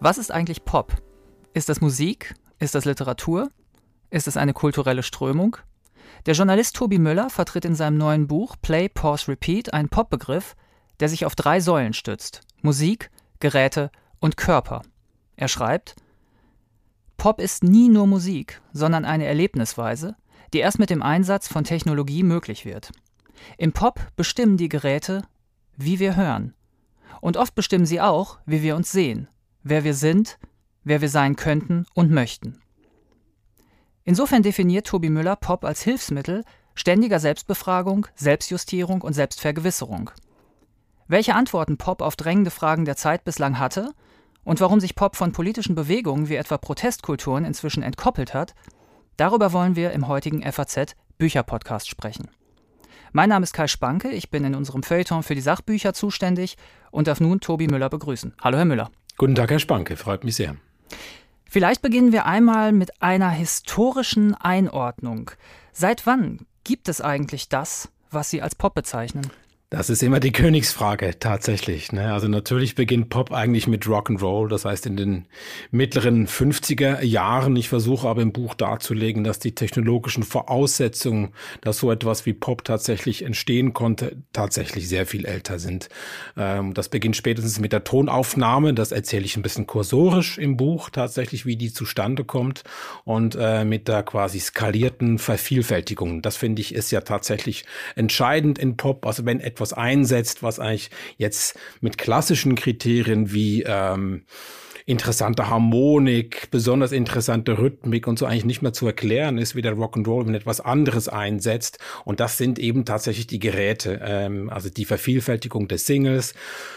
Was ist eigentlich Pop? Ist das Musik? Ist das Literatur? Ist es eine kulturelle Strömung? Der Journalist Tobi Müller vertritt in seinem neuen Buch Play, Pause, Repeat einen Pop-Begriff, der sich auf 3 Säulen stützt: Musik, Geräte und Körper. Er schreibt: Pop ist nie nur Musik, sondern eine Erlebnisweise, die erst mit dem Einsatz von Technologie möglich wird. Im Pop bestimmen die Geräte, wie wir hören. Und oft bestimmen sie auch, wie wir uns sehen, wer wir sind, wer wir sein könnten und möchten. Insofern definiert Tobi Müller Pop als Hilfsmittel ständiger Selbstbefragung, Selbstjustierung und Selbstvergewisserung. Welche Antworten Pop auf drängende Fragen der Zeit bislang hatte und warum sich Pop von politischen Bewegungen wie etwa Protestkulturen inzwischen entkoppelt hat, darüber wollen wir im heutigen FAZ-Bücher-Podcast sprechen. Mein Name ist Kai Spanke, ich bin in unserem Feuilleton für die Sachbücher zuständig und darf nun Tobi Müller begrüßen. Hallo, Herr Müller. Guten Tag, Herr Spanke, freut mich sehr. Vielleicht beginnen wir einmal mit einer historischen Einordnung. Seit wann gibt es eigentlich das, was Sie als Pop bezeichnen? Das ist immer die Königsfrage, tatsächlich. Also natürlich beginnt Pop eigentlich mit Rock'n'Roll, das heißt in den mittleren 50er Jahren. Ich versuche aber im Buch darzulegen, dass die technologischen Voraussetzungen, dass so etwas wie Pop tatsächlich entstehen konnte, tatsächlich sehr viel älter sind. Das beginnt spätestens mit der Tonaufnahme, das erzähle ich ein bisschen kursorisch im Buch, tatsächlich wie die zustande kommt, und mit der quasi skalierten Vervielfältigung. Das finde ich ist ja tatsächlich entscheidend in Pop, also wenn etwas einsetzt, was eigentlich jetzt mit klassischen Kriterien wie interessante Harmonik, besonders interessante Rhythmik und so eigentlich nicht mehr zu erklären ist, wie der Rock'n'Roll, wenn etwas anderes einsetzt. Und das sind eben tatsächlich die Geräte, also die Vervielfältigung des Singles,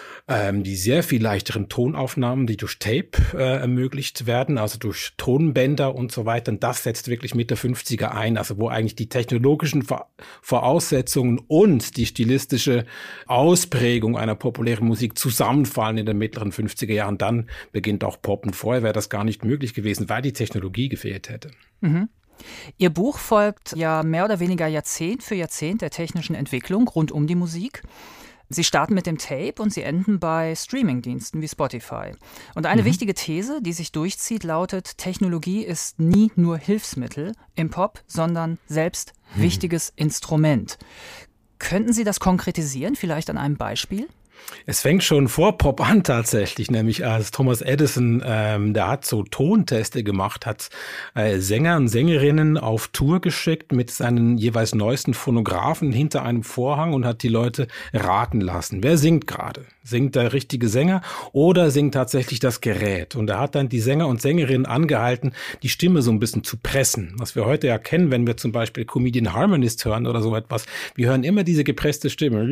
die sehr viel leichteren Tonaufnahmen, die durch Tape ermöglicht werden, also durch Tonbänder und so weiter. Und das setzt wirklich Mitte 50er ein, also wo eigentlich die technologischen Voraussetzungen und die stilistische Ausprägung einer populären Musik zusammenfallen in den mittleren 50er Jahren. Dann beginnt auch Pop, und vorher wäre das gar nicht möglich gewesen, weil die Technologie gefehlt hätte. Mhm. Ihr Buch folgt ja mehr oder weniger Jahrzehnt für Jahrzehnt der technischen Entwicklung rund um die Musik. Sie starten mit dem Tape und sie enden bei Streamingdiensten wie Spotify. Und eine wichtige These, die sich durchzieht, lautet: Technologie ist nie nur Hilfsmittel im Pop, sondern selbst wichtiges Instrument. Könnten Sie das konkretisieren, vielleicht an einem Beispiel? Es fängt schon vor Pop an tatsächlich, nämlich als Thomas Edison, der hat so Tonteste gemacht, hat Sänger und Sängerinnen auf Tour geschickt mit seinen jeweils neuesten Phonographen hinter einem Vorhang und hat die Leute raten lassen. Wer singt gerade? Singt der richtige Sänger oder singt tatsächlich das Gerät? Und er hat dann die Sänger und Sängerinnen angehalten, die Stimme so ein bisschen zu pressen. Was wir heute ja kennen, wenn wir zum Beispiel Comedian Harmonist hören oder so etwas. Wir hören immer diese gepresste Stimme.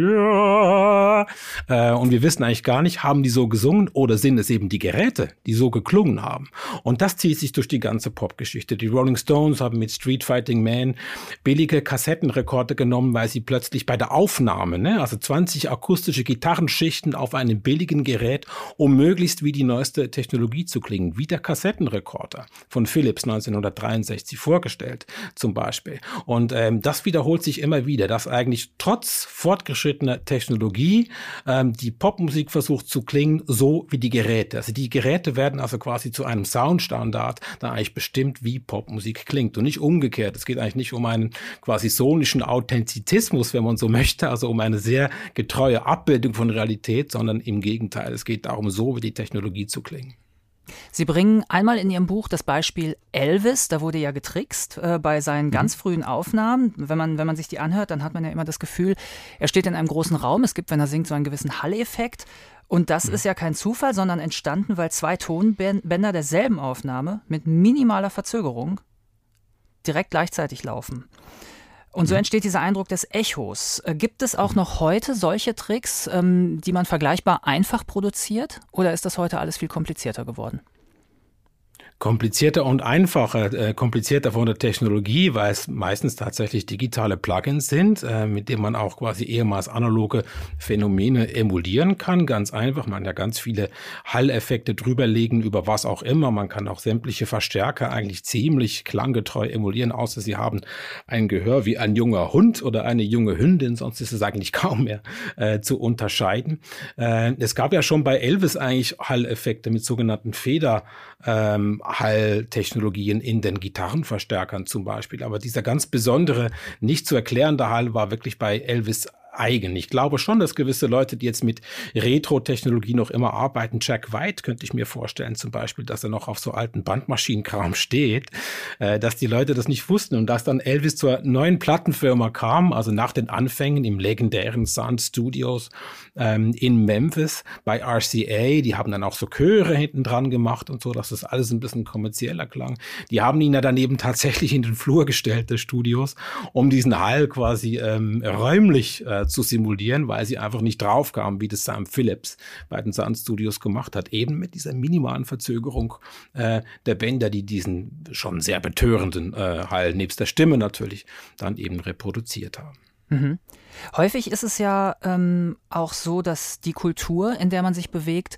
Ja. Und wir wissen eigentlich gar nicht, haben die so gesungen oder sind es eben die Geräte, die so geklungen haben. Und das zieht sich durch die ganze Popgeschichte. Die Rolling Stones haben mit Street Fighting Man billige Kassettenrekorde genommen, weil sie plötzlich bei der Aufnahme, also 20 akustische Gitarrenschichten auf einem billigen Gerät, um möglichst wie die neueste Technologie zu klingen, wie der Kassettenrekorder von Philips 1963 vorgestellt zum Beispiel. Und das wiederholt sich immer wieder, dass eigentlich trotz fortgeschrittener Technologie die Popmusik versucht zu klingen, so wie die Geräte. Also die Geräte werden also quasi zu einem Soundstandard, der eigentlich bestimmt, wie Popmusik klingt und nicht umgekehrt. Es geht eigentlich nicht um einen quasi sonischen Authentizismus, wenn man so möchte, also um eine sehr getreue Abbildung von Realität, sondern im Gegenteil. Es geht darum, so wie die Technologie zu klingen. Sie bringen einmal in Ihrem Buch das Beispiel Elvis, da wurde ja getrickst bei seinen ganz frühen Aufnahmen. Wenn man sich die anhört, dann hat man ja immer das Gefühl, er steht in einem großen Raum. Es gibt, wenn er singt, so einen gewissen Halleffekt. Und das ist ja kein Zufall, sondern entstanden, weil 2 Tonbänder derselben Aufnahme mit minimaler Verzögerung direkt gleichzeitig laufen. Und so entsteht dieser Eindruck des Echos. Gibt es auch noch heute solche Tricks, die man vergleichbar einfach produziert? Oder ist das heute alles viel komplizierter geworden? Komplizierter und einfacher. Komplizierter von der Technologie, weil es meistens tatsächlich digitale Plugins sind, mit denen man auch quasi ehemals analoge Phänomene emulieren kann. Ganz einfach, man kann ja ganz viele Halleffekte drüberlegen, über was auch immer. Man kann auch sämtliche Verstärker eigentlich ziemlich klanggetreu emulieren, außer sie haben ein Gehör wie ein junger Hund oder eine junge Hündin, sonst ist es eigentlich kaum mehr zu unterscheiden. Es gab ja schon bei Elvis eigentlich Halleffekte mit sogenannten Halltechnologien in den Gitarrenverstärkern zum Beispiel. Aber dieser ganz besondere, nicht zu erklärende Hall war wirklich bei Elvis eigen. Ich glaube schon, dass gewisse Leute, die jetzt mit Retro-Technologie noch immer arbeiten, Jack White könnte ich mir vorstellen zum Beispiel, dass er noch auf so alten Bandmaschinenkram steht, dass die Leute das nicht wussten und dass dann Elvis zur neuen Plattenfirma kam, also nach den Anfängen im legendären Sound Studios in Memphis bei RCA, die haben dann auch so Chöre hinten dran gemacht und so, dass das alles ein bisschen kommerzieller klang. Die haben ihn ja daneben tatsächlich in den Flur gestellt des Studios, um diesen Hall quasi räumlich zu simulieren, weil sie einfach nicht drauf kamen, wie das Sam Phillips bei den Sound Studios gemacht hat, eben mit dieser minimalen Verzögerung der Bänder, die diesen schon sehr betörenden Hall nebst der Stimme natürlich dann eben reproduziert haben. Mhm. Häufig ist es ja auch so, dass die Kultur, in der man sich bewegt,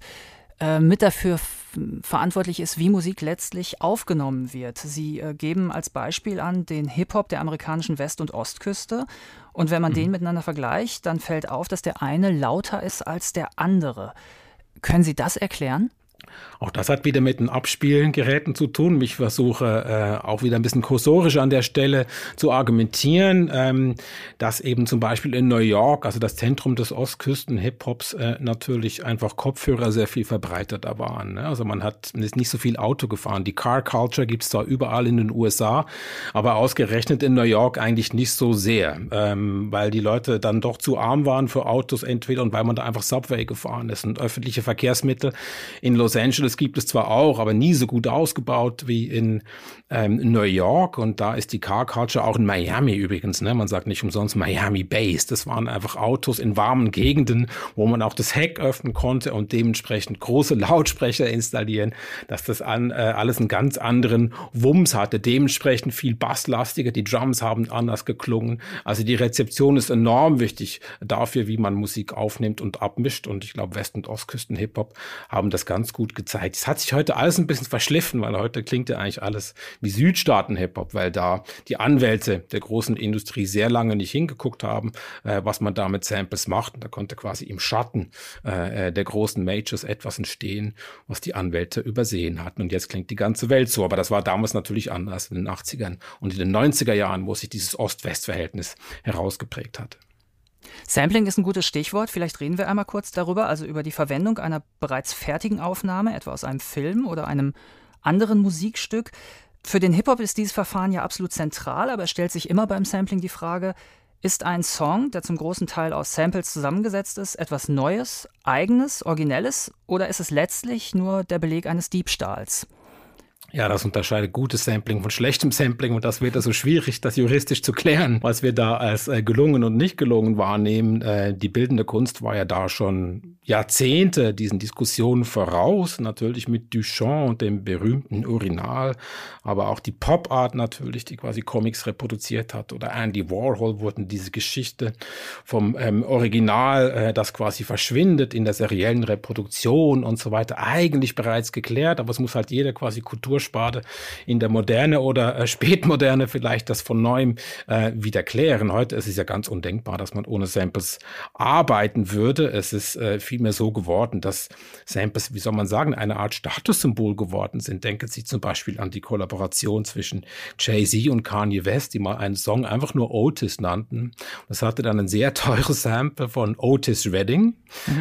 mit dafür verantwortlich ist, wie Musik letztlich aufgenommen wird. Sie geben als Beispiel an den Hip-Hop der amerikanischen West- und Ostküste. Und wenn man den miteinander vergleicht, dann fällt auf, dass der eine lauter ist als der andere. Können Sie das erklären? Auch das hat wieder mit den Abspielgeräten zu tun. Ich versuche auch wieder ein bisschen kursorisch an der Stelle zu argumentieren, dass eben zum Beispiel in New York, also das Zentrum des Ostküsten-Hip-Hops, natürlich einfach Kopfhörer sehr viel verbreiteter waren. Ne? Also man ist nicht so viel Auto gefahren. Die Car Culture gibt es zwar überall in den USA, aber ausgerechnet in New York eigentlich nicht so sehr, weil die Leute dann doch zu arm waren für Autos entweder und weil man da einfach Subway gefahren ist. Und öffentliche Verkehrsmittel in Los Angeles gibt es zwar auch, aber nie so gut ausgebaut wie in New York. Und da ist die Car Culture auch in Miami übrigens. Ne? Man sagt nicht umsonst Miami-based. Das waren einfach Autos in warmen Gegenden, wo man auch das Heck öffnen konnte und dementsprechend große Lautsprecher installieren, dass das alles einen ganz anderen Wumms hatte. Dementsprechend viel basslastiger. Die Drums haben anders geklungen. Also die Rezeption ist enorm wichtig dafür, wie man Musik aufnimmt und abmischt. Und ich glaube, West- und Ostküsten-Hip-Hop haben das ganz gut gezeigt. Es hat sich heute alles ein bisschen verschliffen, weil heute klingt ja eigentlich alles wie Südstaaten-Hip-Hop, weil da die Anwälte der großen Industrie sehr lange nicht hingeguckt haben, was man da mit Samples macht. Und da konnte quasi im Schatten der großen Majors etwas entstehen, was die Anwälte übersehen hatten. Und jetzt klingt die ganze Welt so. Aber das war damals natürlich anders in den 80ern und in den 90er Jahren, wo sich dieses Ost-West-Verhältnis herausgeprägt hat. Sampling ist ein gutes Stichwort. Vielleicht reden wir einmal kurz darüber, also über die Verwendung einer bereits fertigen Aufnahme, etwa aus einem Film oder einem anderen Musikstück. Für den Hip-Hop ist dieses Verfahren ja absolut zentral, aber es stellt sich immer beim Sampling die Frage, ist ein Song, der zum großen Teil aus Samples zusammengesetzt ist, etwas Neues, Eigenes, Originelles oder ist es letztlich nur der Beleg eines Diebstahls? Ja, das unterscheidet gutes Sampling von schlechtem Sampling und das wird also schwierig, das juristisch zu klären, was wir da als gelungen und nicht gelungen wahrnehmen. Die bildende Kunst war ja da schon Jahrzehnte diesen Diskussionen voraus, natürlich mit Duchamp und dem berühmten Urinal, aber auch die Pop-Art natürlich, die quasi Comics reproduziert hat, oder Andy Warhol wurden diese Geschichte vom Original, das quasi verschwindet in der seriellen Reproduktion und so weiter, eigentlich bereits geklärt, aber es muss halt jeder quasi Kultursparte in der Moderne oder Spätmoderne vielleicht das von Neuem wieder klären. Heute ist es ja ganz undenkbar, dass man ohne Samples arbeiten würde. Es ist vielmehr so geworden, dass Samples, wie soll man sagen, eine Art Statussymbol geworden sind. Denken Sie zum Beispiel an die Kollaboration zwischen Jay-Z und Kanye West, die mal einen Song einfach nur Otis nannten. Das hatte dann ein sehr teures Sample von Otis Redding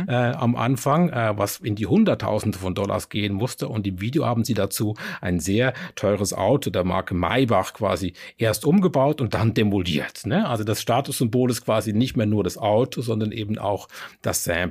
am Anfang, was in die Hunderttausende von Dollars gehen musste. Und im Video haben sie dazu ein sehr teures Auto der Marke Maybach quasi erst umgebaut und dann demoliert. Ne? Also das Statussymbol ist quasi nicht mehr nur das Auto, sondern eben auch das Sample. Und gleichzeitig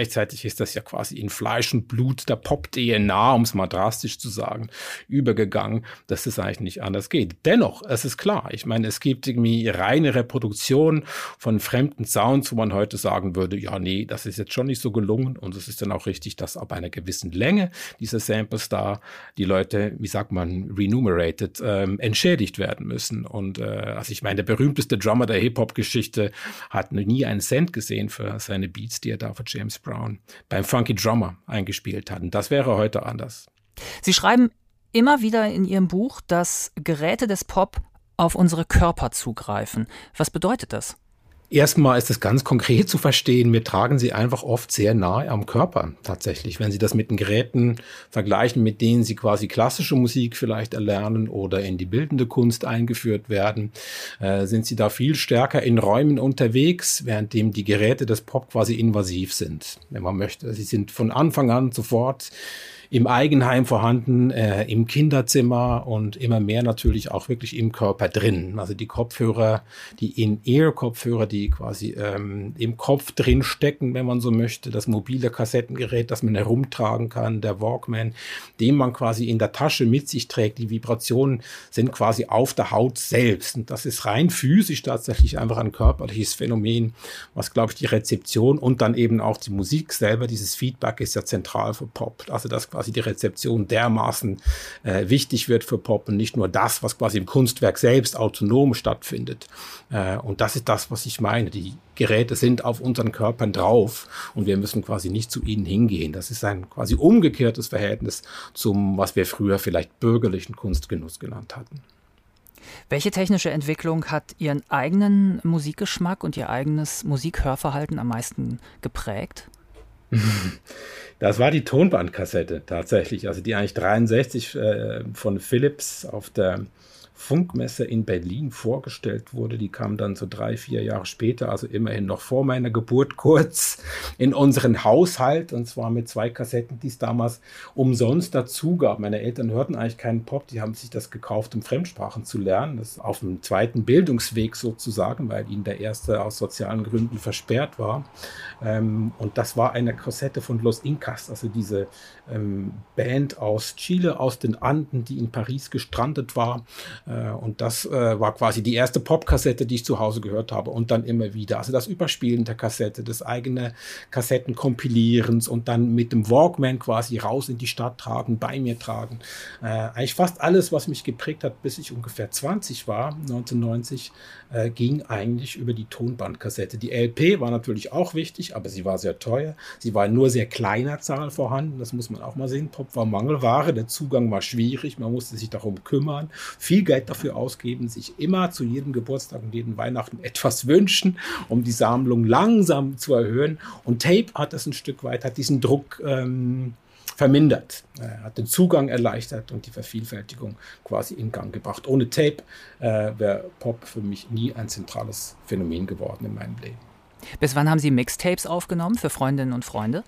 gleichzeitig ist das ja quasi in Fleisch und Blut der Pop-DNA, um es mal drastisch zu sagen, übergegangen, dass es eigentlich nicht anders geht. Dennoch, es ist klar, ich meine, es gibt irgendwie reine Reproduktion von fremden Sounds, wo man heute sagen würde, ja, nee, das ist jetzt schon nicht so gelungen, und es ist dann auch richtig, dass ab einer gewissen Länge dieser Samples da die Leute, wie sagt man, renumerated, entschädigt werden müssen. Und also ich meine, der berühmteste Drummer der Hip-Hop-Geschichte hat nie einen Cent gesehen für seine Beats, die er da für James Brown beim Funky Drummer eingespielt hat. Und das wäre heute anders. Sie schreiben immer wieder in Ihrem Buch, dass Geräte des Pop auf unsere Körper zugreifen. Was bedeutet das? Erstmal ist es ganz konkret zu verstehen, wir tragen sie einfach oft sehr nahe am Körper tatsächlich. Wenn Sie das mit den Geräten vergleichen, mit denen Sie quasi klassische Musik vielleicht erlernen oder in die bildende Kunst eingeführt werden, sind Sie da viel stärker in Räumen unterwegs, währenddem die Geräte des Pop quasi invasiv sind, wenn man möchte. Sie sind von Anfang an sofort im Eigenheim vorhanden, im Kinderzimmer und immer mehr natürlich auch wirklich im Körper drin. Also die Kopfhörer, die In-Ear-Kopfhörer, die quasi im Kopf drin stecken, wenn man so möchte, das mobile Kassettengerät, das man herumtragen kann, der Walkman, den man quasi in der Tasche mit sich trägt. Die Vibrationen sind quasi auf der Haut selbst. Und das ist rein physisch tatsächlich einfach ein körperliches Phänomen, was, glaube ich, die Rezeption und dann eben auch die Musik selber, dieses Feedback ist ja zentral für Pop. Also das quasi die Rezeption dermaßen wichtig wird für Pop und nicht nur das, was quasi im Kunstwerk selbst autonom stattfindet. Und das ist das, was ich meine. Die Geräte sind auf unseren Körpern drauf und wir müssen quasi nicht zu ihnen hingehen. Das ist ein quasi umgekehrtes Verhältnis zum, was wir früher vielleicht bürgerlichen Kunstgenuss genannt hatten. Welche technische Entwicklung hat Ihren eigenen Musikgeschmack und Ihr eigenes Musikhörverhalten am meisten geprägt? Das war die Tonbandkassette tatsächlich, also die eigentlich 63 von Philips auf der Funkmesse in Berlin vorgestellt wurde. Die kam dann so 3-4 Jahre später, also immerhin noch vor meiner Geburt, kurz in unseren Haushalt, und zwar mit 2 Kassetten, die es damals umsonst dazu gab. Meine Eltern hörten eigentlich keinen Pop, die haben sich das gekauft, um Fremdsprachen zu lernen. Das ist auf dem zweiten Bildungsweg sozusagen, weil ihnen der erste aus sozialen Gründen versperrt war. Und das war eine Kassette von Los Incas, also diese Band aus Chile, aus den Anden, die in Paris gestrandet war. Und das war quasi die erste Popkassette, die ich zu Hause gehört habe, und dann immer wieder. Also das Überspielen der Kassette, das eigene Kassettenkompilierens und dann mit dem Walkman quasi raus in die Stadt tragen, bei mir tragen. Eigentlich fast alles, was mich geprägt hat, bis ich ungefähr 20 war, 1990, ging eigentlich über die Tonbandkassette. Die LP war natürlich auch wichtig, aber sie war sehr teuer. Sie war in nur sehr kleiner Zahl vorhanden. Das muss man auch mal sehen. Pop war Mangelware. Der Zugang war schwierig. Man musste sich darum kümmern, viel Geld dafür ausgeben, sich immer zu jedem Geburtstag und jedem Weihnachten etwas wünschen, um die Sammlung langsam zu erhöhen. Und Tape hat das ein Stück weit, hat diesen Druck vermindert, hat den Zugang erleichtert und die Vervielfältigung quasi in Gang gebracht. Ohne Tape wäre Pop für mich nie ein zentrales Phänomen geworden in meinem Leben. Bis wann haben Sie Mixtapes aufgenommen für Freundinnen und Freunde?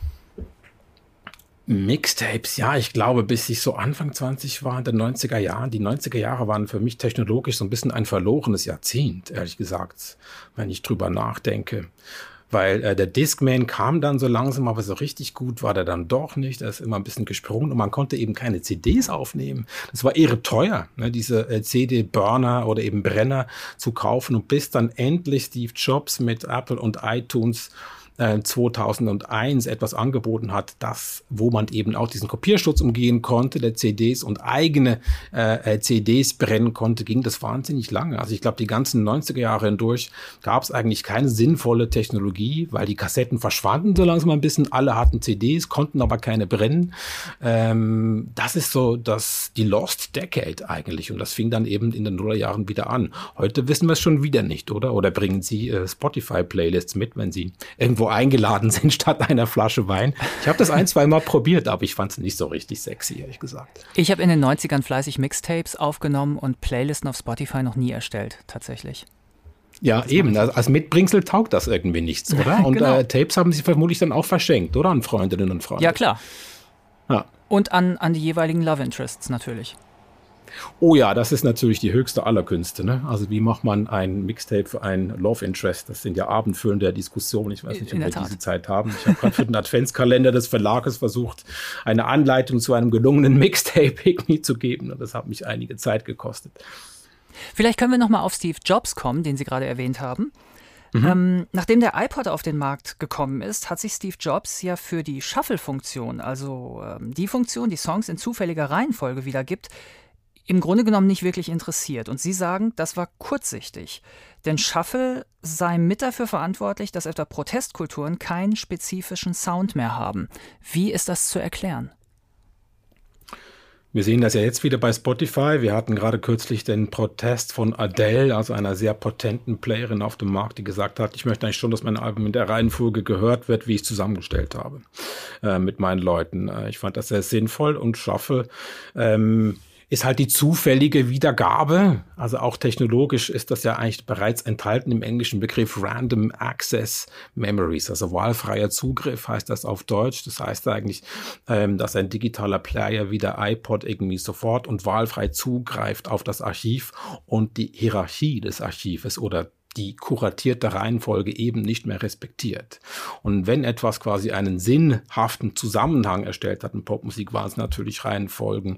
Mixtapes, ja, ich glaube, bis ich so Anfang 20 war in den 90er Jahren. Die 90er Jahre waren für mich technologisch so ein bisschen ein verlorenes Jahrzehnt, ehrlich gesagt, wenn ich drüber nachdenke. Weil der Discman kam dann so langsam, aber so richtig gut war der dann doch nicht. Er ist immer ein bisschen gesprungen und man konnte eben keine CDs aufnehmen. Das war irre teuer, ne, diese CD-Burner oder eben Brenner zu kaufen. Und bis dann endlich Steve Jobs mit Apple und iTunes 2001 etwas angeboten hat, das, wo man eben auch diesen Kopierschutz umgehen konnte, der CDs, und eigene CDs brennen konnte, ging das wahnsinnig lange. Also ich glaube, die ganzen 90er Jahre hindurch gab es eigentlich keine sinnvolle Technologie, weil die Kassetten verschwanden so langsam ein bisschen. Alle hatten CDs, konnten aber keine brennen. Das ist so die Lost Decade eigentlich, und das fing dann eben in den Nullerjahren wieder an. Heute wissen wir es schon wieder nicht, oder? Oder bringen Sie Spotify-Playlists mit, wenn Sie irgendwo eingeladen sind statt einer Flasche Wein. Ich habe das 1-2 Mal probiert, aber ich fand es nicht so richtig sexy, ehrlich gesagt. Ich habe in den 90ern fleißig Mixtapes aufgenommen und Playlisten auf Spotify noch nie erstellt, tatsächlich. Ja, das eben. Als Mitbringsel taugt das irgendwie nichts, oder? Und genau. Tapes haben Sie vermutlich dann auch verschenkt, oder? An Freundinnen und Freunde. Ja, klar. Ja. Und an die jeweiligen Love Interests natürlich. Oh ja, das ist natürlich die höchste aller Künste, ne? Also wie macht man ein Mixtape für ein Love Interest? Das sind ja abendfüllende Diskussionen. Ich weiß nicht, ob wir diese Zeit haben. Ich habe gerade für den Adventskalender des Verlages versucht, eine Anleitung zu einem gelungenen Mixtape irgendwie zu geben. Und das hat mich einige Zeit gekostet. Vielleicht können wir noch mal auf Steve Jobs kommen, den Sie gerade erwähnt haben. Nachdem der iPod auf den Markt gekommen ist, hat sich Steve Jobs ja für die Shuffle-Funktion, also die Funktion, die Songs in zufälliger Reihenfolge wiedergibt, im Grunde genommen nicht wirklich interessiert. Und Sie sagen, das war kurzsichtig. Denn Shuffle sei mit dafür verantwortlich, dass etwa Protestkulturen keinen spezifischen Sound mehr haben. Wie ist das zu erklären? Wir sehen das ja jetzt wieder bei Spotify. Wir hatten gerade kürzlich den Protest von Adele, also einer sehr potenten Playerin auf dem Markt, die gesagt hat, ich möchte eigentlich schon, dass mein Album in der Reihenfolge gehört wird, wie ich es zusammengestellt habe mit meinen Leuten. Ich fand das sehr sinnvoll und Shuffle ist halt die zufällige Wiedergabe. Also auch technologisch ist das ja eigentlich bereits enthalten im englischen Begriff Random Access Memories. Also wahlfreier Zugriff heißt das auf Deutsch. Das heißt eigentlich, dass ein digitaler Player wie der iPod irgendwie sofort und wahlfrei zugreift auf das Archiv und die Hierarchie des Archives oder die kuratierte Reihenfolge eben nicht mehr respektiert. Und wenn etwas quasi einen sinnhaften Zusammenhang erstellt hat in Popmusik, waren es natürlich Reihenfolgen,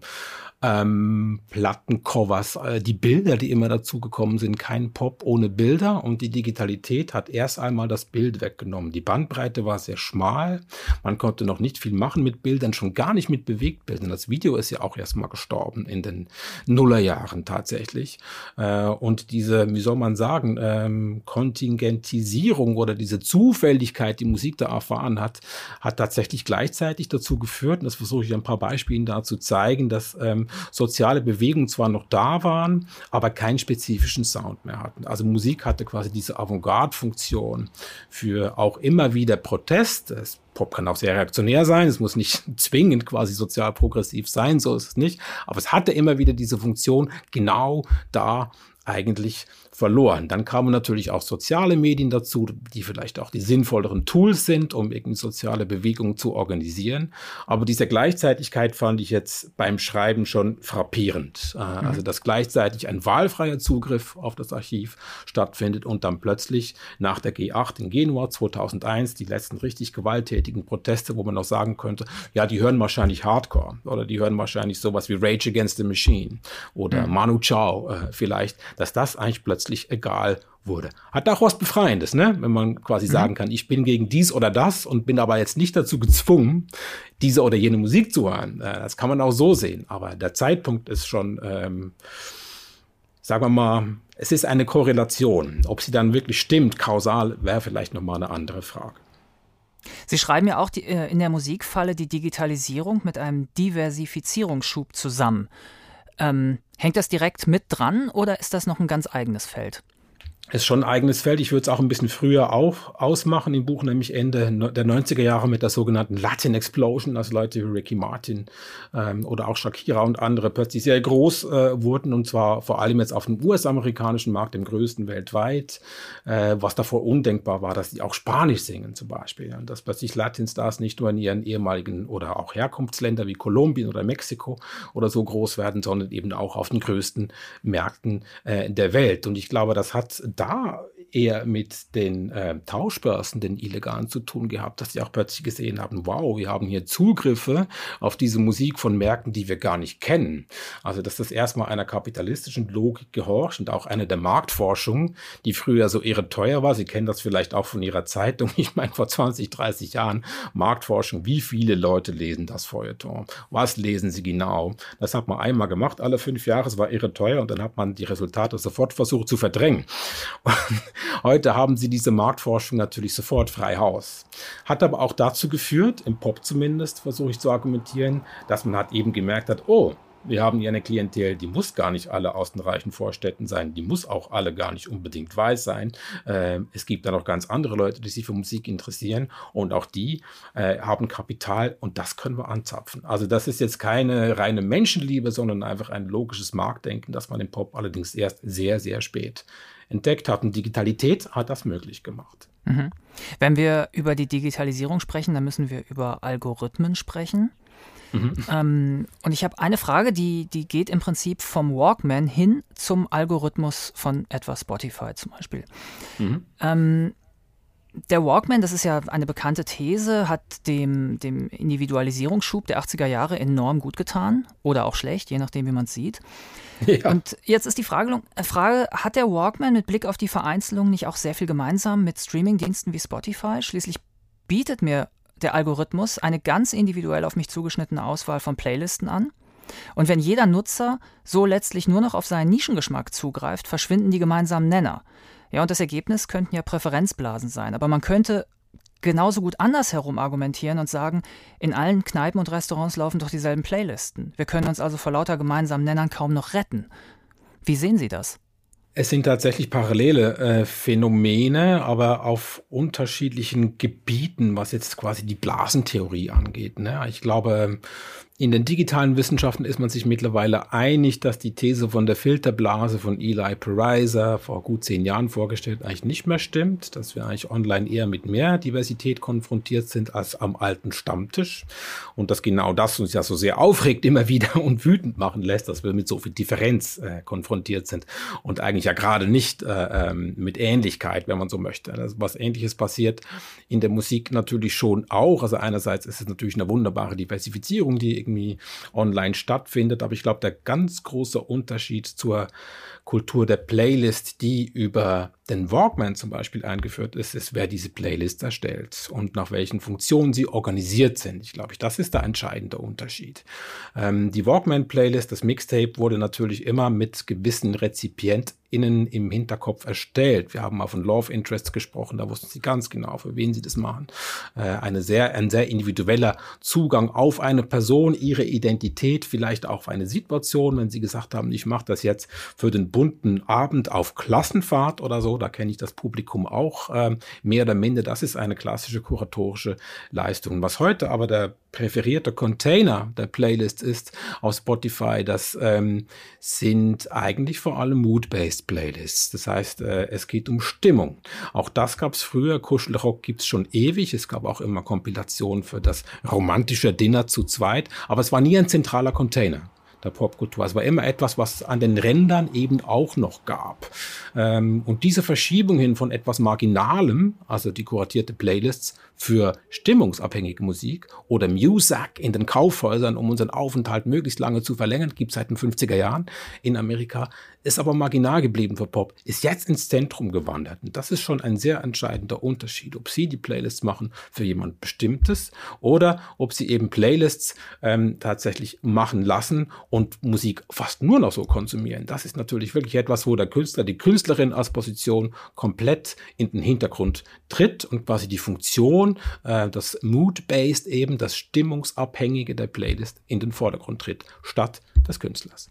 Plattencovers, die Bilder, die immer dazugekommen sind, kein Pop ohne Bilder, und die Digitalität hat erst einmal das Bild weggenommen. Die Bandbreite war sehr schmal, man konnte noch nicht viel machen mit Bildern, schon gar nicht mit Bewegtbildern. Das Video ist ja auch erstmal gestorben in den Nullerjahren tatsächlich. Und diese, wie soll man sagen, Kontingentisierung oder diese Zufälligkeit, die Musik da erfahren hat, hat tatsächlich gleichzeitig dazu geführt, und das versuche ich ein paar Beispielen da zu zeigen, dass soziale Bewegungen zwar noch da waren, aber keinen spezifischen Sound mehr hatten. Also Musik hatte quasi diese Avantgarde-Funktion für auch immer wieder Protest. Pop kann auch sehr reaktionär sein, es muss nicht zwingend quasi sozial progressiv sein, so ist es nicht, aber es hatte immer wieder diese Funktion, genau da eigentlich verloren. Dann kamen natürlich auch soziale Medien dazu, die vielleicht auch die sinnvolleren Tools sind, um irgendwie soziale Bewegungen zu organisieren. Aber diese Gleichzeitigkeit fand ich jetzt beim Schreiben schon frappierend. Also, dass gleichzeitig ein wahlfreier Zugriff auf das Archiv stattfindet und dann plötzlich nach der G8 in Genua 2001 die letzten richtig gewalttätigen Proteste, wo man auch sagen könnte, ja, die hören wahrscheinlich Hardcore oder die hören wahrscheinlich sowas wie Rage Against the Machine oder Manu Chao vielleicht, dass das eigentlich plötzlich egal wurde. Hat auch was Befreiendes, ne? Wenn man quasi sagen kann, ich bin gegen dies oder das und bin aber jetzt nicht dazu gezwungen, diese oder jene Musik zu hören. Das kann man auch so sehen. Aber der Zeitpunkt ist schon, sagen wir mal, es ist eine Korrelation. Ob sie dann wirklich stimmt, kausal, wäre vielleicht nochmal eine andere Frage. Sie schreiben ja auch, in der Musik falle die Digitalisierung mit einem Diversifizierungsschub zusammen. Hängt das direkt mit dran oder ist das noch ein ganz eigenes Feld? Ist schon ein eigenes Feld. Ich würde es auch ein bisschen früher auch ausmachen im Buch, nämlich Ende der 90er Jahre mit der sogenannten Latin Explosion, als Leute wie Ricky Martin oder auch Shakira und andere plötzlich sehr groß wurden, und zwar vor allem jetzt auf dem US-amerikanischen Markt, dem größten weltweit, was davor undenkbar war, dass die auch Spanisch singen zum Beispiel. Und dass plötzlich Latin-Stars nicht nur in ihren ehemaligen oder auch Herkunftsländer wie Kolumbien oder Mexiko oder so groß werden, sondern eben auch auf den größten Märkten der Welt. Und ich glaube, das hat da eher mit den Tauschbörsen, den illegalen, zu tun gehabt, dass sie auch plötzlich gesehen haben, wow, wir haben hier Zugriffe auf diese Musik von Märkten, die wir gar nicht kennen. Also dass das erstmal einer kapitalistischen Logik gehorcht und auch eine der Marktforschung, die früher so irre teuer war. Sie kennen das vielleicht auch von Ihrer Zeitung. Ich meine, vor 20, 30 Jahren Marktforschung, wie viele Leute lesen das Feuilleton? Was lesen sie genau? Das hat man einmal gemacht, alle 5 Jahre, es war irre teuer, und dann hat man die Resultate sofort versucht zu verdrängen. Heute haben sie diese Marktforschung natürlich sofort frei Haus. Hat aber auch dazu geführt, im Pop zumindest, versuche ich zu argumentieren, dass man halt eben gemerkt hat, oh, wir haben hier eine Klientel, die muss gar nicht alle aus den reichen Vorstädten sein, die muss auch alle gar nicht unbedingt weiß sein. Es gibt da noch ganz andere Leute, die sich für Musik interessieren, und auch die haben Kapital, und das können wir anzapfen. Also das ist jetzt keine reine Menschenliebe, sondern einfach ein logisches Marktdenken, das man im Pop allerdings erst sehr, sehr spät entdeckt hat. Und Digitalität hat das möglich gemacht. Wenn wir über die Digitalisierung sprechen, dann müssen wir über Algorithmen sprechen. Und ich habe eine Frage, die geht im Prinzip vom Walkman hin zum Algorithmus von etwa Spotify zum Beispiel. Der Walkman, das ist ja eine bekannte These, hat dem Individualisierungsschub der 80er Jahre enorm gut getan oder auch schlecht, je nachdem, wie man es sieht. Ja. Und jetzt ist die Frage, hat der Walkman mit Blick auf die Vereinzelung nicht auch sehr viel gemeinsam mit Streamingdiensten wie Spotify? Schließlich bietet mir der Algorithmus eine ganz individuell auf mich zugeschnittene Auswahl von Playlisten an. Und wenn jeder Nutzer so letztlich nur noch auf seinen Nischengeschmack zugreift, verschwinden die gemeinsamen Nenner. Ja, und das Ergebnis könnten ja Präferenzblasen sein. Aber man könnte genauso gut andersherum argumentieren und sagen, in allen Kneipen und Restaurants laufen doch dieselben Playlisten. Wir können uns also vor lauter gemeinsamen Nennern kaum noch retten. Wie sehen Sie das? Es sind tatsächlich parallele Phänomene, aber auf unterschiedlichen Gebieten, was jetzt quasi die Blasentheorie angeht. Ne? Ich glaube, in den digitalen Wissenschaften ist man sich mittlerweile einig, dass die These von der Filterblase von Eli Pariser vor gut 10 Jahren vorgestellt eigentlich nicht mehr stimmt, dass wir eigentlich online eher mit mehr Diversität konfrontiert sind als am alten Stammtisch und dass genau das uns ja so sehr aufregt immer wieder und wütend machen lässt, dass wir mit so viel Differenz konfrontiert sind und eigentlich ja gerade nicht mit Ähnlichkeit, wenn man so möchte. Also was Ähnliches passiert in der Musik natürlich schon auch. Also einerseits ist es natürlich eine wunderbare Diversifizierung, die irgendwie online stattfindet. Aber ich glaube, der ganz große Unterschied zur Kultur der Playlist, die über den Walkman zum Beispiel eingeführt ist, wer diese Playlist erstellt und nach welchen Funktionen sie organisiert sind. Ich glaube, das ist der entscheidende Unterschied. Die Walkman-Playlist, das Mixtape, wurde natürlich immer mit gewissen RezipientInnen im Hinterkopf erstellt. Wir haben mal von Love Interests gesprochen, da wussten sie ganz genau, für wen sie das machen. Ein sehr individueller Zugang auf eine Person, ihre Identität, vielleicht auch auf eine Situation, wenn sie gesagt haben, ich mache das jetzt für den bunten Abend auf Klassenfahrt oder so, da kenne ich das Publikum auch mehr oder minder. Das ist eine klassische kuratorische Leistung. Was heute aber der präferierte Container der Playlist ist auf Spotify, das sind eigentlich vor allem Mood-Based Playlists. Das heißt, es geht um Stimmung. Auch das gab es früher. Kuschelrock gibt es schon ewig. Es gab auch immer Kompilationen für das romantische Dinner zu zweit. Aber es war nie ein zentraler Container der Popkultur. Es war immer etwas, was es an den Rändern eben auch noch gab. Und diese Verschiebung hin von etwas Marginalem, also die kuratierte Playlists für stimmungsabhängige Musik oder Muzak in den Kaufhäusern, um unseren Aufenthalt möglichst lange zu verlängern, gibt es seit den 50er Jahren in Amerika, ist aber marginal geblieben für Pop, ist jetzt ins Zentrum gewandert. Und das ist schon ein sehr entscheidender Unterschied, ob Sie die Playlists machen für jemand Bestimmtes oder ob Sie eben Playlists tatsächlich machen lassen und Musik fast nur noch so konsumieren. Das ist natürlich wirklich etwas, wo der Künstler, die Künstlerin als Position komplett in den Hintergrund tritt und quasi die Funktion, das Mood-Based eben, das Stimmungsabhängige der Playlist in den Vordergrund tritt, statt des Künstlers.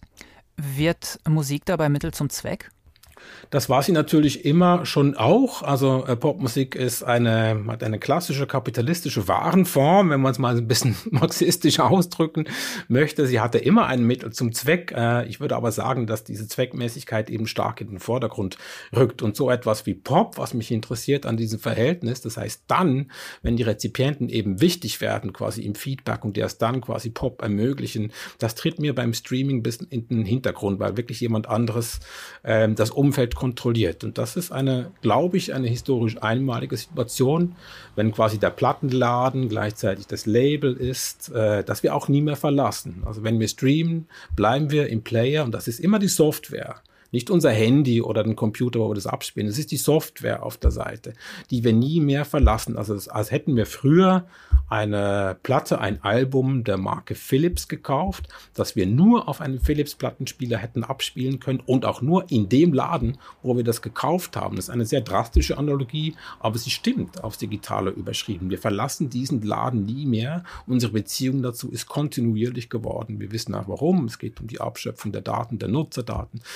Wird Musik dabei Mittel zum Zweck? Das war sie natürlich immer schon auch. Also Popmusik hat eine klassische kapitalistische Warenform, wenn man es mal ein bisschen marxistisch ausdrücken möchte. Sie hatte immer ein Mittel zum Zweck. Ich würde aber sagen, dass diese Zweckmäßigkeit eben stark in den Vordergrund rückt. Und so etwas wie Pop, was mich interessiert an diesem Verhältnis, das heißt dann, wenn die Rezipienten eben wichtig werden, quasi im Feedback und erst dann quasi Pop ermöglichen, das tritt mir beim Streaming ein bisschen in den Hintergrund, weil wirklich jemand anderes das Umfeld kontrolliert. Und das ist glaube ich, eine historisch einmalige Situation, wenn quasi der Plattenladen gleichzeitig das Label ist, das wir auch nie mehr verlassen. Also wenn wir streamen, bleiben wir im Player und das ist immer die Software. Nicht unser Handy oder den Computer, wo wir das abspielen. Es ist die Software auf der Seite, die wir nie mehr verlassen. Also als hätten wir früher eine Platte, ein Album der Marke Philips gekauft, das wir nur auf einem Philips-Plattenspieler hätten abspielen können und auch nur in dem Laden, wo wir das gekauft haben. Das ist eine sehr drastische Analogie, aber sie stimmt aufs Digitale überschrieben. Wir verlassen diesen Laden nie mehr. Unsere Beziehung dazu ist kontinuierlich geworden. Wir wissen auch warum. Es geht um die Abschöpfung der Daten, der Nutzerdaten, die länger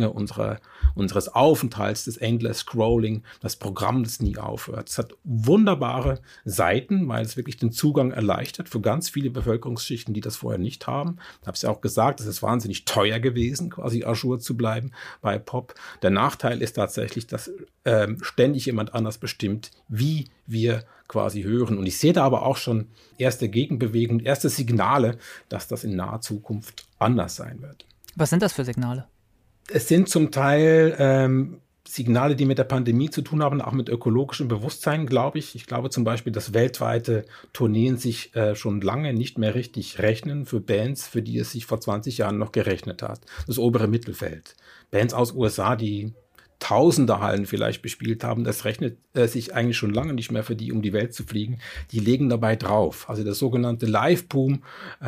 Länge unseres Aufenthalts, das Endless Scrolling, das Programm, das nie aufhört. Es hat wunderbare Seiten, weil es wirklich den Zugang erleichtert für ganz viele Bevölkerungsschichten, die das vorher nicht haben. Ich habe es ja auch gesagt, es ist wahnsinnig teuer gewesen, quasi à jour zu bleiben bei Pop. Der Nachteil ist tatsächlich, dass ständig jemand anders bestimmt, wie wir quasi hören. Und ich sehe da aber auch schon erste Gegenbewegungen, erste Signale, dass das in naher Zukunft anders sein wird. Was sind das für Signale? Es sind zum Teil Signale, die mit der Pandemie zu tun haben, auch mit ökologischem Bewusstsein, glaube ich. Ich glaube zum Beispiel, dass weltweite Tourneen sich schon lange nicht mehr richtig rechnen für Bands, für die es sich vor 20 Jahren noch gerechnet hat. Das obere Mittelfeld. Bands aus USA, die Tausende Hallen vielleicht bespielt haben, das rechnet sich eigentlich schon lange nicht mehr für die, um die Welt zu fliegen. Die legen dabei drauf. Also der sogenannte Live-Boom,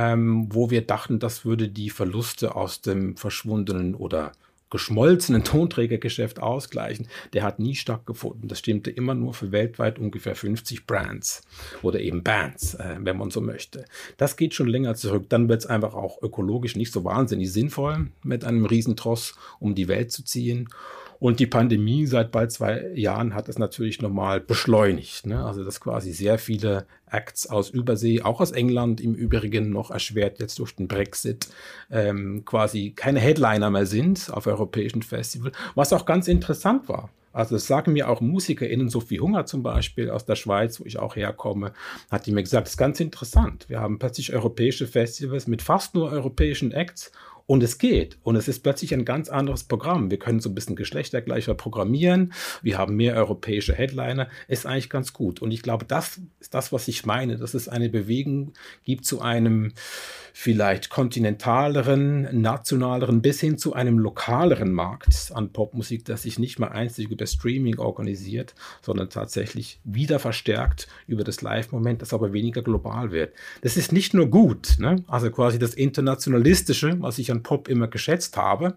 wo wir dachten, das würde die Verluste aus dem verschwundenen oder geschmolzenen Tonträgergeschäft ausgleichen, der hat nie stattgefunden. Das stimmte immer nur für weltweit ungefähr 50 Brands oder eben Bands, wenn man so möchte. Das geht schon länger zurück. Dann wird es einfach auch ökologisch nicht so wahnsinnig sinnvoll, mit einem Riesentross um die Welt zu ziehen. Und die Pandemie seit bald 2 Jahren hat es natürlich nochmal beschleunigt. Ne? Also dass quasi sehr viele Acts aus Übersee, auch aus England im Übrigen noch erschwert jetzt durch den Brexit, quasi keine Headliner mehr sind auf europäischen Festivals, was auch ganz interessant war. Also das sagen mir auch MusikerInnen, Sophie Hunger zum Beispiel aus der Schweiz, wo ich auch herkomme, hat die mir gesagt, das ist ganz interessant. Wir haben plötzlich europäische Festivals mit fast nur europäischen Acts. Und es geht. Und es ist plötzlich ein ganz anderes Programm. Wir können so ein bisschen geschlechtergleicher programmieren. Wir haben mehr europäische Headliner. Ist eigentlich ganz gut. Und ich glaube, das ist das, was ich meine, dass es eine Bewegung gibt zu einem vielleicht kontinentaleren, nationaleren bis hin zu einem lokaleren Markt an Popmusik, das sich nicht mehr einzig über Streaming organisiert, sondern tatsächlich wieder verstärkt über das Live-Moment, das aber weniger global wird. Das ist nicht nur gut, ne? Also quasi das Internationalistische, was ich an Pop immer geschätzt habe,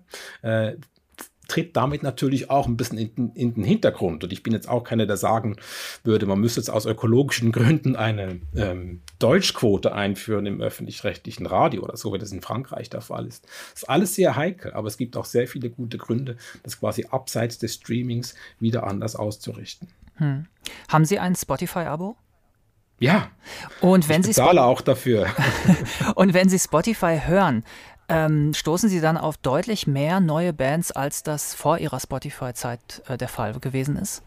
tritt damit natürlich auch ein bisschen in den Hintergrund. Und ich bin jetzt auch keiner, der sagen würde, man müsste jetzt aus ökologischen Gründen eine Deutschquote einführen im öffentlich-rechtlichen Radio oder so, wie das in Frankreich der Fall ist. Das ist alles sehr heikel, aber es gibt auch sehr viele gute Gründe, das quasi abseits des Streamings wieder anders auszurichten. Haben Sie ein Spotify-Abo? Ja, und wenn ich bezahle auch dafür. Und wenn Sie Spotify hören, stoßen Sie dann auf deutlich mehr neue Bands, als das vor Ihrer Spotify-Zeit der Fall gewesen ist?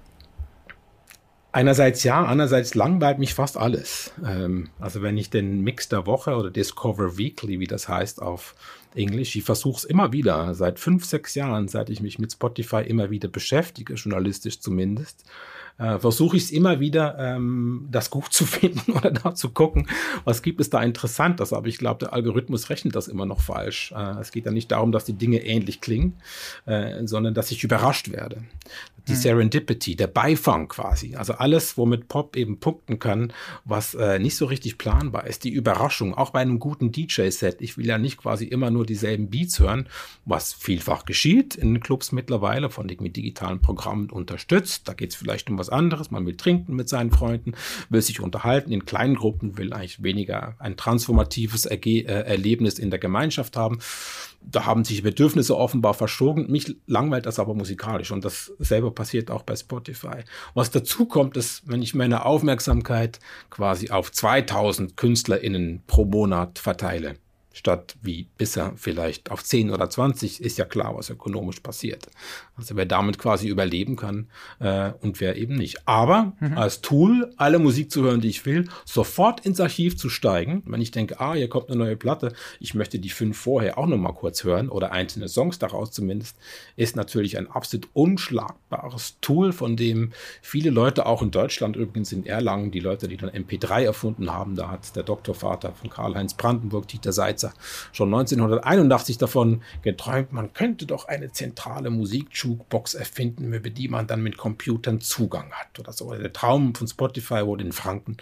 Einerseits ja, andererseits langweilt mich fast alles. Also wenn ich den Mix der Woche oder Discover Weekly, wie das heißt auf Englisch, ich versuche es immer wieder, seit 5, 6 Jahren, seit ich mich mit Spotify immer wieder beschäftige, journalistisch zumindest, versuche ich es immer wieder, das gut zu finden oder da zu gucken, was gibt es da Interessantes. Aber ich glaube, der Algorithmus rechnet das immer noch falsch. Es geht ja nicht darum, dass die Dinge ähnlich klingen, sondern dass ich überrascht werde. Die Serendipity, der Beifang quasi. Also alles, womit Pop eben punkten kann, was nicht so richtig planbar ist. Die Überraschung, auch bei einem guten DJ-Set. Ich will ja nicht quasi immer nur dieselben Beats hören, was vielfach geschieht in den Clubs mittlerweile, von den digitalen Programmen unterstützt. Da geht es vielleicht um was anderes. Man will trinken mit seinen Freunden, will sich unterhalten in kleinen Gruppen, will eigentlich weniger ein transformatives Erlebnis in der Gemeinschaft haben. Da haben sich Bedürfnisse offenbar verschoben. Mich langweilt das aber musikalisch und das selber passiert auch bei Spotify. Was dazu kommt, ist, wenn ich meine Aufmerksamkeit quasi auf 2000 KünstlerInnen pro Monat verteile, statt wie bisher vielleicht auf 10 oder 20, ist ja klar, was ökonomisch passiert. Also wer damit quasi überleben kann und wer eben nicht. Aber als Tool, alle Musik zu hören, die ich will, sofort ins Archiv zu steigen, wenn ich denke, hier kommt eine neue Platte, ich möchte die 5 vorher auch nochmal kurz hören oder einzelne Songs daraus zumindest, ist natürlich ein absolut unschlagbares Tool, von dem viele Leute, auch in Deutschland übrigens in Erlangen, die Leute, die dann MP3 erfunden haben, da hat der Doktorvater von Karl-Heinz Brandenburg, Dieter Seitzer, schon 1981 davon geträumt, man könnte doch eine zentrale Musik-Jukebox erfinden, über die man dann mit Computern Zugang hat oder so. Der Traum von Spotify wurde in Franken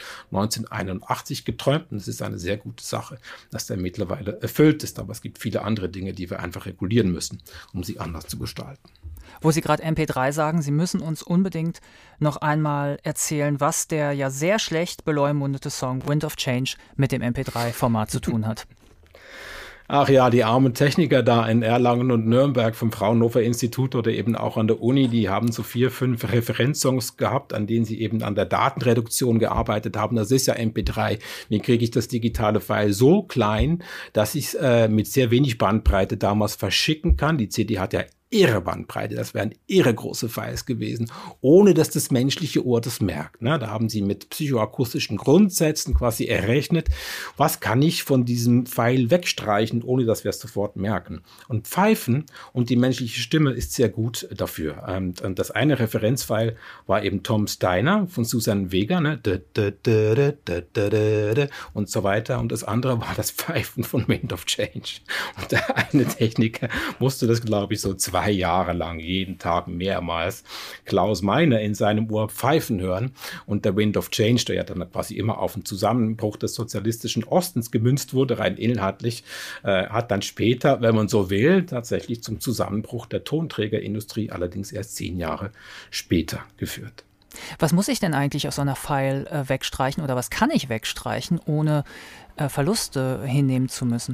1981 geträumt und es ist eine sehr gute Sache, dass der mittlerweile erfüllt ist. Aber es gibt viele andere Dinge, die wir einfach regulieren müssen, um sie anders zu gestalten. Wo Sie gerade MP3 sagen, Sie müssen uns unbedingt noch einmal erzählen, was der ja sehr schlecht beleumundete Song Wind of Change mit dem MP3-Format zu tun hat. Ach ja, die armen Techniker da in Erlangen und Nürnberg vom Fraunhofer Institut oder eben auch an der Uni, die haben so 4, 5 Referenzsongs gehabt, an denen sie eben an der Datenreduktion gearbeitet haben. Das ist ja MP3. Wie kriege ich das digitale File so klein, dass ich es mit sehr wenig Bandbreite damals verschicken kann? Die CD hat ja irre Bandbreite, das wären irre große Files gewesen, ohne dass das menschliche Ohr das merkt. Ne? Da haben sie mit psychoakustischen Grundsätzen quasi errechnet, was kann ich von diesem File wegstreichen, ohne dass wir es sofort merken. Und Pfeifen und die menschliche Stimme ist sehr gut dafür. Und das eine Referenzfile war eben Tom Steiner von Susan Vega, ne? Und so weiter. Und das andere war das Pfeifen von Wind of Change. Und der eine Techniker musste das, glaube ich, so 2 Jahre lang, jeden Tag mehrmals, Klaus Meiner in seinem Ohr pfeifen hören. Und der Wind of Change, der ja dann quasi immer auf den Zusammenbruch des sozialistischen Ostens gemünzt wurde, rein inhaltlich, hat dann später, wenn man so will, tatsächlich zum Zusammenbruch der Tonträgerindustrie, allerdings erst 10 Jahre später geführt. Was muss ich denn eigentlich aus so einer File wegstreichen oder was kann ich wegstreichen, ohne Verluste hinnehmen zu müssen?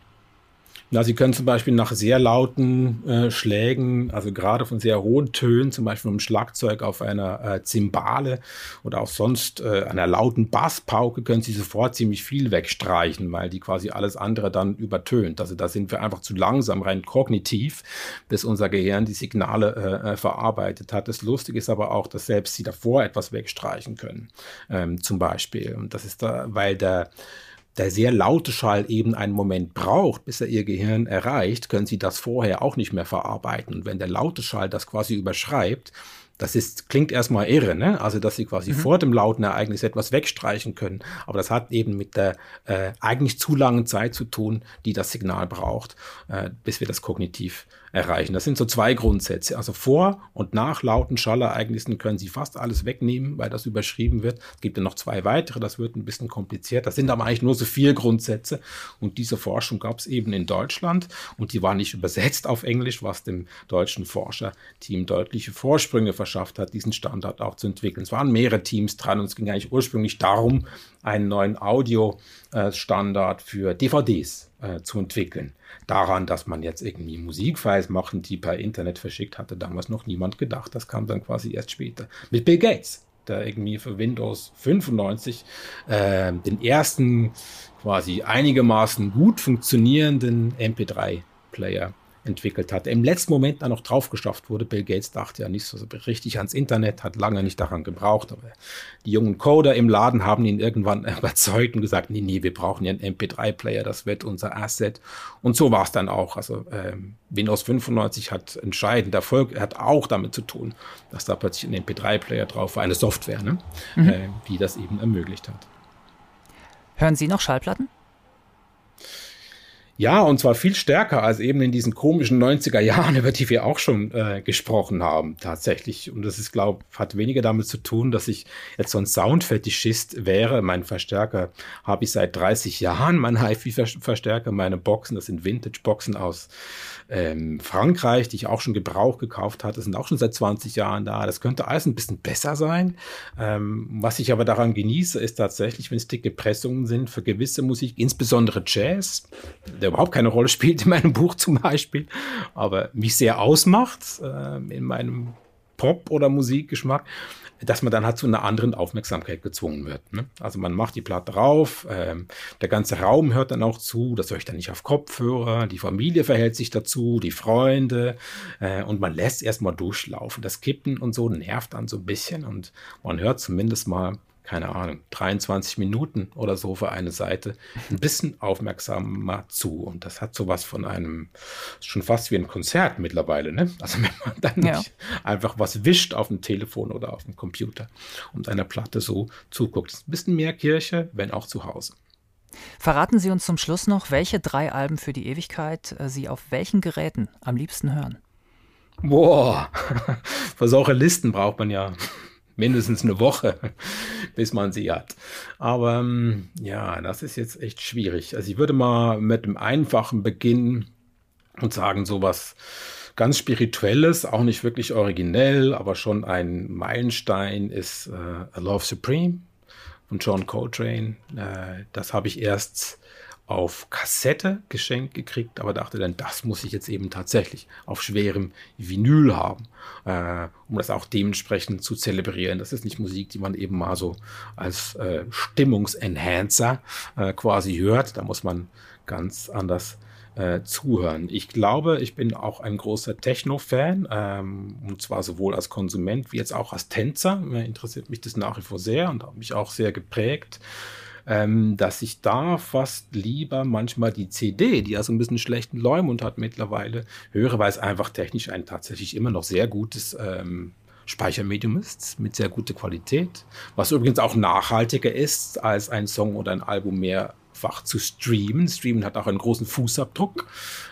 Na, Sie können zum Beispiel nach sehr lauten Schlägen, also gerade von sehr hohen Tönen, zum Beispiel vom Schlagzeug auf einer Zimbale oder auch sonst einer lauten Basspauke, können Sie sofort ziemlich viel wegstreichen, weil die quasi alles andere dann übertönt. Also da sind wir einfach zu langsam, rein kognitiv, bis unser Gehirn die Signale verarbeitet hat. Das Lustige ist aber auch, dass selbst Sie davor etwas wegstreichen können, zum Beispiel. Und das ist da, weil der sehr laute Schall eben einen Moment braucht, bis er Ihr Gehirn erreicht, können Sie das vorher auch nicht mehr verarbeiten. Und wenn der laute Schall das quasi überschreibt, klingt erstmal irre, ne? Also, dass Sie quasi vor dem lauten Ereignis etwas wegstreichen können. Aber das hat eben mit der eigentlich zu langen Zeit zu tun, die das Signal braucht, bis wir das kognitiv erreichen. Das sind so 2 Grundsätze. Also vor und nach lauten Schallereignissen können Sie fast alles wegnehmen, weil das überschrieben wird. Es gibt ja noch 2 weitere, das wird ein bisschen kompliziert. Das sind aber eigentlich nur so 4 Grundsätze. Und diese Forschung gab es eben in Deutschland und die war nicht übersetzt auf Englisch, was dem deutschen Forscherteam deutliche Vorsprünge verschafft hat, diesen Standard auch zu entwickeln. Es waren mehrere Teams dran und es ging eigentlich ursprünglich darum, einen neuen Audio-Standard für DVDs zu entwickeln. Daran, dass man jetzt irgendwie Musikfiles machen, die per Internet verschickt, hatte damals noch niemand gedacht. Das kam dann quasi erst später. Mit Bill Gates, der irgendwie für Windows 95 den ersten quasi einigermaßen gut funktionierenden MP3-Player entwickelt hat. Im letzten Moment dann noch drauf geschafft wurde. Bill Gates dachte ja nicht so richtig ans Internet, hat lange nicht daran gebraucht, aber die jungen Coder im Laden haben ihn irgendwann überzeugt und gesagt, nee, wir brauchen ja einen MP3-Player, das wird unser Asset. Und so war es dann auch. Also Windows 95 hat entscheidend Erfolg, hat auch damit zu tun, dass da plötzlich ein MP3-Player drauf war, eine Software, ne? Die das eben ermöglicht hat. Hören Sie noch Schallplatten? Ja, und zwar viel stärker als eben in diesen komischen 90er Jahren, über die wir auch schon gesprochen haben, tatsächlich. Und das ist, hat weniger damit zu tun, dass ich jetzt so ein Soundfetischist wäre. Mein Verstärker habe ich seit 30 Jahren, mein HiFi-Verstärker, meine Boxen, das sind Vintage-Boxen aus Frankreich, die ich auch schon Gebrauch gekauft hatte, sind auch schon seit 20 Jahren da. Das könnte alles ein bisschen besser sein. Was ich aber daran genieße, ist tatsächlich, wenn es dicke Pressungen sind für gewisse Musik, insbesondere Jazz, der überhaupt keine Rolle spielt in meinem Buch zum Beispiel, aber mich sehr ausmacht in meinem Pop- oder Musikgeschmack, dass man dann halt zu einer anderen Aufmerksamkeit gezwungen wird. Ne? Also man macht die Platte drauf, der ganze Raum hört dann auch zu, das höre ich dann nicht auf Kopfhörer, die Familie verhält sich dazu, die Freunde und man lässt erstmal durchlaufen. Das Kippen und so nervt dann so ein bisschen und man hört zumindest mal, keine Ahnung, 23 Minuten oder so für eine Seite ein bisschen aufmerksamer zu. Und das hat sowas von einem, schon fast wie ein Konzert mittlerweile, ne? Also wenn man dann nicht einfach was wischt auf dem Telefon oder auf dem Computer und einer Platte so zuguckt. Ein bisschen mehr Kirche, wenn auch zu Hause. Verraten Sie uns zum Schluss noch, welche 3 Alben für die Ewigkeit Sie auf welchen Geräten am liebsten hören? Boah, für solche Listen braucht man ja mindestens eine Woche, bis man sie hat. Aber ja, das ist jetzt echt schwierig. Also ich würde mal mit dem Einfachen beginnen und sagen, sowas ganz Spirituelles, auch nicht wirklich originell, aber schon ein Meilenstein ist A Love Supreme von John Coltrane. Das habe ich erst auf Kassette geschenkt gekriegt, aber dachte dann, das muss ich jetzt eben tatsächlich auf schwerem Vinyl haben, um das auch dementsprechend zu zelebrieren. Das ist nicht Musik, die man eben mal so als Stimmungsenhancer quasi hört. Da muss man ganz anders zuhören. Ich glaube, ich bin auch ein großer Techno-Fan, und zwar sowohl als Konsument wie jetzt auch als Tänzer. Mir interessiert mich das nach wie vor sehr und hat mich auch sehr geprägt, dass ich da fast lieber manchmal die CD, die ja so ein bisschen schlechten Leumund hat mittlerweile, höre, weil es einfach technisch ein tatsächlich immer noch sehr gutes Speichermedium ist, mit sehr guter Qualität, was übrigens auch nachhaltiger ist, als ein Song oder ein Album mehrfach zu streamen. Streamen hat auch einen großen Fußabdruck.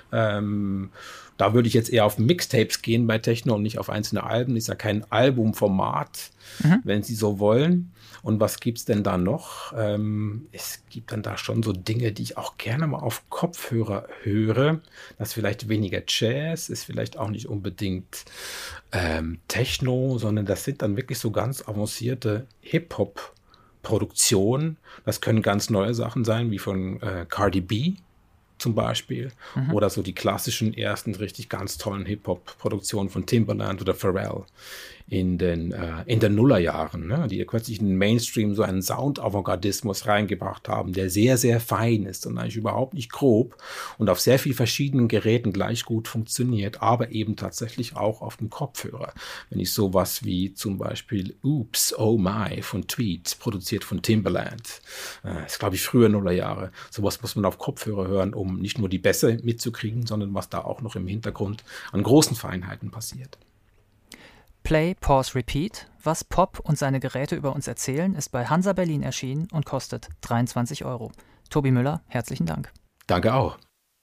Da würde ich jetzt eher auf Mixtapes gehen bei Techno und nicht auf einzelne Alben. Ist ja kein Albumformat, wenn Sie so wollen. Und was gibt's denn da noch? Es gibt dann da schon so Dinge, die ich auch gerne mal auf Kopfhörer höre. Das ist vielleicht weniger Jazz, ist vielleicht auch nicht unbedingt Techno, sondern das sind dann wirklich so ganz avancierte Hip-Hop-Produktionen. Das können ganz neue Sachen sein, wie von Cardi B zum Beispiel. Oder so die klassischen ersten richtig ganz tollen Hip-Hop-Produktionen von Timbaland oder Pharrell in den Nullerjahren, ne? Die plötzlich in den Mainstream so einen Sound-Avantgardismus reingebracht haben, der sehr, sehr fein ist und eigentlich überhaupt nicht grob und auf sehr vielen verschiedenen Geräten gleich gut funktioniert, aber eben tatsächlich auch auf dem Kopfhörer. Wenn ich sowas wie zum Beispiel Oops, Oh My von Tweet, produziert von Timbaland, ist glaube ich früher Nullerjahre, sowas muss man auf Kopfhörer hören, um nicht nur die Bässe mitzukriegen, sondern was da auch noch im Hintergrund an großen Feinheiten passiert. Play, Pause, Repeat. Was Pop und seine Geräte über uns erzählen, ist bei Hansa Berlin erschienen und kostet 23 €. Tobi Müller, herzlichen Dank. Danke auch.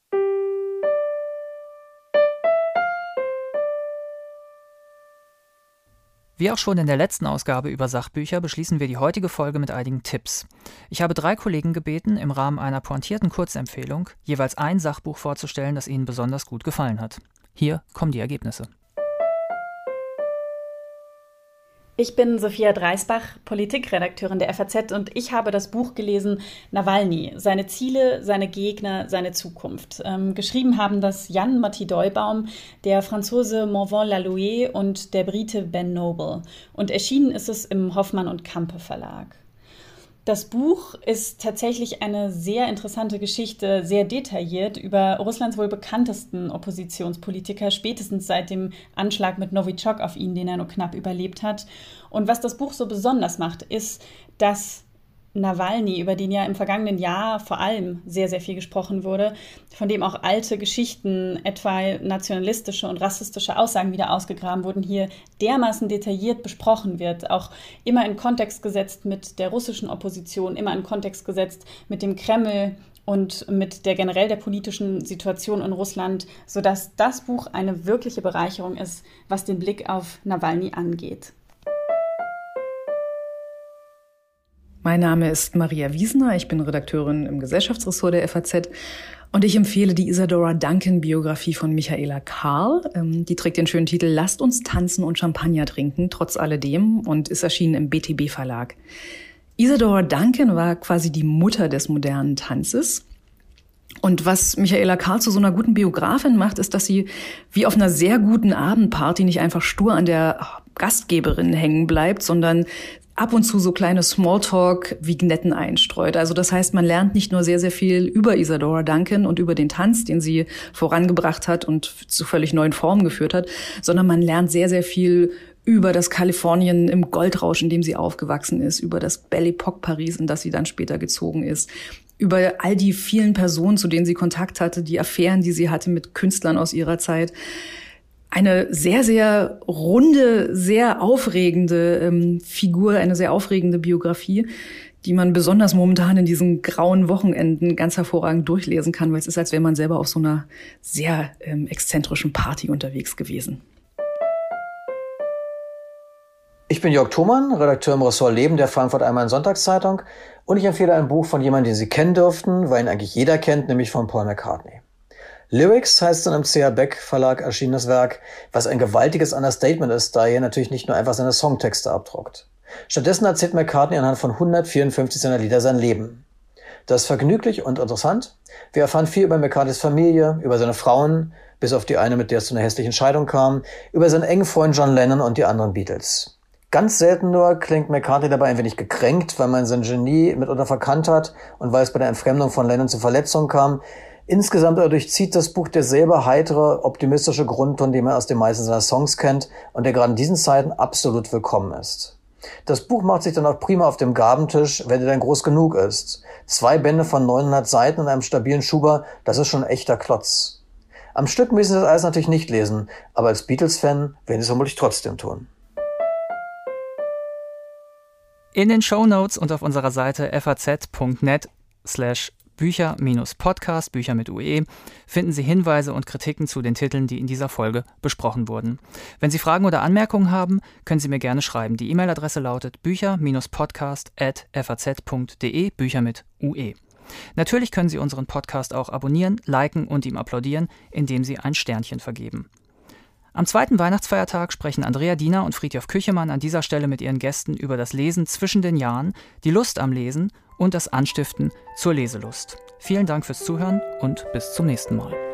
Wie auch schon in der letzten Ausgabe über Sachbücher beschließen wir die heutige Folge mit einigen Tipps. Ich habe 3 Kollegen gebeten, im Rahmen einer pointierten Kurzempfehlung jeweils ein Sachbuch vorzustellen, das ihnen besonders gut gefallen hat. Hier kommen die Ergebnisse. Ich bin Sophia Dreisbach, Politikredakteurin der FAZ und ich habe das Buch gelesen Nawalny, seine Ziele, seine Gegner, seine Zukunft. Geschrieben haben das Jan Matti Deubaum, der Franzose Morvan Lalloué und der Brite Ben Noble. Und erschienen ist es im Hoffmann und Campe Verlag. Das Buch ist tatsächlich eine sehr interessante Geschichte, sehr detailliert über Russlands wohl bekanntesten Oppositionspolitiker, spätestens seit dem Anschlag mit Novichok auf ihn, den er nur knapp überlebt hat. Und was das Buch so besonders macht, ist, dass Nawalny, über den ja im vergangenen Jahr vor allem sehr, sehr viel gesprochen wurde, von dem auch alte Geschichten, etwa nationalistische und rassistische Aussagen wieder ausgegraben wurden, hier dermaßen detailliert besprochen wird, auch immer in Kontext gesetzt mit der russischen Opposition, immer in Kontext gesetzt mit dem Kreml und mit der generell der politischen Situation in Russland, sodass das Buch eine wirkliche Bereicherung ist, was den Blick auf Nawalny angeht. Mein Name ist Maria Wiesner, ich bin Redakteurin im Gesellschaftsressort der FAZ und ich empfehle die Isadora Duncan-Biografie von Michaela Karl. Die trägt den schönen Titel »Lasst uns tanzen und Champagner trinken, trotz alledem« und ist erschienen im BTB-Verlag. Isadora Duncan war quasi die Mutter des modernen Tanzes. Und was Michaela Karl zu so einer guten Biografin macht, ist, dass sie wie auf einer sehr guten Abendparty nicht einfach stur an der Gastgeberin hängen bleibt, sondern ab und zu so kleine Smalltalk-Vignetten einstreut. Also das heißt, man lernt nicht nur sehr, sehr viel über Isadora Duncan und über den Tanz, den sie vorangebracht hat und zu völlig neuen Formen geführt hat, sondern man lernt sehr, sehr viel über das Kalifornien im Goldrausch, in dem sie aufgewachsen ist, über das Belle Époque Paris, in das sie dann später gezogen ist, über all die vielen Personen, zu denen sie Kontakt hatte, die Affären, die sie hatte mit Künstlern aus ihrer Zeit. Eine sehr, sehr runde, sehr aufregende Figur, eine sehr aufregende Biografie, die man besonders momentan in diesen grauen Wochenenden ganz hervorragend durchlesen kann, weil es ist, als wäre man selber auf so einer sehr exzentrischen Party unterwegs gewesen. Ich bin Jörg Thomann, Redakteur im Ressort Leben der Frankfurt Allgemeinen Sonntagszeitung und ich empfehle ein Buch von jemandem, den Sie kennen dürften, weil ihn eigentlich jeder kennt, nämlich von Paul McCartney. Lyrics heißt dann im C.H. Beck Verlag erschienenes Werk, was ein gewaltiges Understatement ist, da er natürlich nicht nur einfach seine Songtexte abdruckt. Stattdessen erzählt McCartney anhand von 154 seiner Lieder sein Leben. Das ist vergnüglich und interessant. Wir erfahren viel über McCartneys Familie, über seine Frauen, bis auf die eine, mit der es zu einer hässlichen Scheidung kam, über seinen engen Freund John Lennon und die anderen Beatles. Ganz selten nur klingt McCartney dabei ein wenig gekränkt, weil man sein Genie mitunter verkannt hat und weil es bei der Entfremdung von Lennon zu Verletzungen kam. Insgesamt durchzieht das Buch derselbe heitere, optimistische Grundton, den man aus den meisten seiner Songs kennt und der gerade in diesen Zeiten absolut willkommen ist. Das Buch macht sich dann auch prima auf dem Gabentisch, wenn er dann groß genug ist. 2 Bände von 900 Seiten und einem stabilen Schuber, das ist schon ein echter Klotz. Am Stück müssen Sie das alles natürlich nicht lesen, aber als Beatles-Fan werden Sie es vermutlich trotzdem tun. In den Shownotes und auf unserer Seite faz.net/Bücher-Podcast, Bücher mit UE, finden Sie Hinweise und Kritiken zu den Titeln, die in dieser Folge besprochen wurden. Wenn Sie Fragen oder Anmerkungen haben, können Sie mir gerne schreiben. Die E-Mail-Adresse lautet bücher-podcast@faz.de, Bücher mit UE. Natürlich können Sie unseren Podcast auch abonnieren, liken und ihm applaudieren, indem Sie ein Sternchen vergeben. Am 2. Weihnachtsfeiertag sprechen Andrea Diener und Friedhof Küchemann an dieser Stelle mit ihren Gästen über das Lesen zwischen den Jahren, die Lust am Lesen und das Anstiften zur Leselust. Vielen Dank fürs Zuhören und bis zum nächsten Mal.